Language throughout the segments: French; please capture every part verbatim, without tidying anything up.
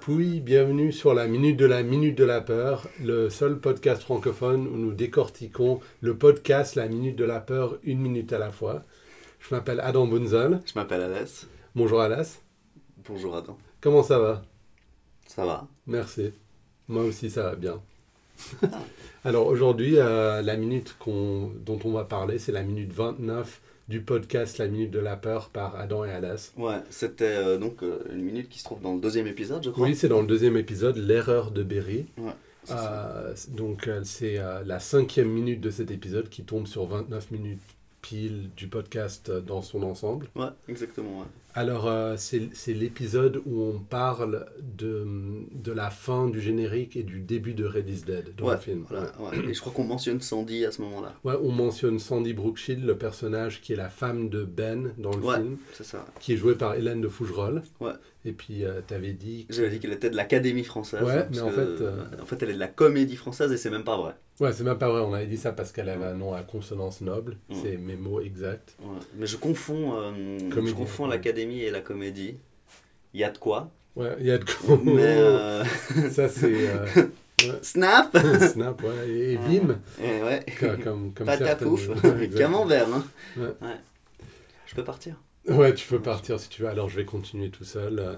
Pouille, bienvenue sur la Minute de la Minute de la Peur, le seul podcast francophone où nous décortiquons le podcast La Minute de la Peur, une minute à la fois. Je m'appelle Adam Bunzel. Je m'appelle Alès. Bonjour Alès. Bonjour Adam. Comment ça va? Ça va. Merci. Moi aussi ça va bien. Alors aujourd'hui, euh, la minute qu'on, dont on va parler, c'est la minute vingt-neuf du podcast La Minute de la Peur par Adam et Alès. Ouais, c'était euh, donc euh, une minute qui se trouve dans le deuxième épisode, je crois. Oui, c'est dans le deuxième épisode, L'erreur de Berry. Ouais, c'est Euh, donc euh, c'est euh, la cinquième minute de cet épisode qui tombe sur vingt-neuf minutes pile du podcast euh, dans son ensemble. Ouais, exactement. Ouais. Alors euh, c'est, c'est l'épisode où on parle de, de la fin du générique et du début de Red is Dead dans ouais, le film. Voilà, ouais. Ouais. Et je crois qu'on mentionne Sandy à ce moment-là. Ouais, on mentionne Sandy Brookshield, le personnage qui est la femme de Ben dans le ouais, film, c'est ça. qui est jouée par Hélène de Fougerolles. Ouais. Et puis euh, t'avais dit... Que... J'avais dit qu'elle était de l'Académie française. Ouais, hein, mais parce en que, fait... Euh... En fait, elle est de la Comédie française et c'est même pas vrai. Ouais, c'est même pas vrai, on avait dit ça parce qu'elle avait un nom à consonance noble, ouais. C'est mes mots exacts. Ouais. Mais je confonds, euh, je confonds ouais. l'Académie et la Comédie. Il y a de quoi. Ouais, il y a de quoi. Mais euh... ça c'est... Euh... Ouais. Snap Snap, ouais, et, et bim et ouais. Comme, comme Patapouf, camembert, hein. Ouais. Ouais. Je peux partir. Ouais, tu peux partir si tu veux, alors je vais continuer tout seul.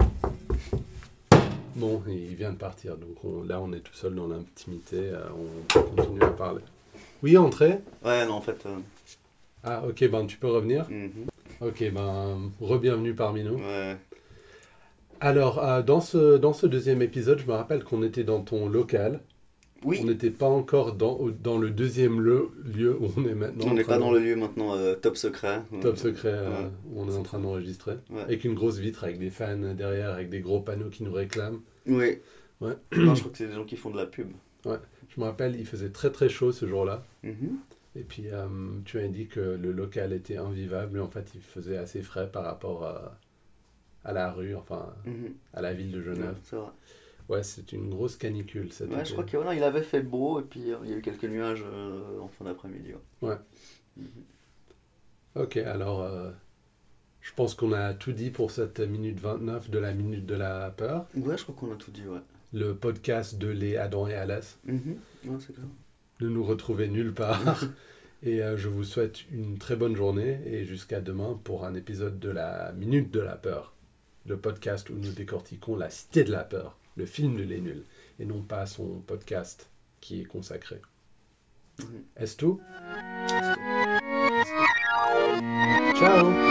Bon, il vient de partir, donc on, là on est tout seul dans l'intimité, on peut continuer à parler. Oui, entrez. Ouais, non, en fait... Euh... Ah, ok, ben tu peux revenir. Mm-hmm. Ok, ben, re-bienvenue parmi nous. Ouais. Alors, euh, dans, ce, dans ce deuxième épisode, je me rappelle qu'on était dans ton local. Oui. On n'était pas encore dans, dans le deuxième le, lieu où on est maintenant. On n'est pas dans le lieu maintenant euh, top secret. Top secret, euh, ouais. où on est en train d'enregistrer. Ouais. Avec une grosse vitre, avec des fans derrière, avec des gros panneaux qui nous réclament. Oui. Ouais. Non, je crois que c'est des gens qui font de la pub. Ouais. Je me rappelle, il faisait très très chaud ce jour-là. Mm-hmm. Et puis, euh, tu as dit que le local était invivable, mais en fait, il faisait assez frais par rapport à, à la rue, enfin, mm-hmm. à la ville de Genève. Ouais, c'est vrai. Ouais, c'est une grosse canicule cet ouais, été. Je crois qu'il ouais, il avait fait beau, et puis euh, il y a eu quelques nuages euh, en fin d'après-midi. Ouais. ouais. Mm-hmm. Ok, alors, euh, je pense qu'on a tout dit pour cette minute vingt-neuf de la Minute de la Peur. Ouais, je crois qu'on a tout dit, ouais. Le podcast de les Adam et Alès. Mm-hmm. Ouais, c'est clair. Ne nous retrouver nulle part. Et euh, je vous souhaite une très bonne journée et jusqu'à demain pour un épisode de la Minute de la Peur. Le podcast où nous décortiquons La Cité de la Peur, le film de Les Nuls, et non pas son podcast qui est consacré. Mm-hmm. Est-ce tout? Ciao!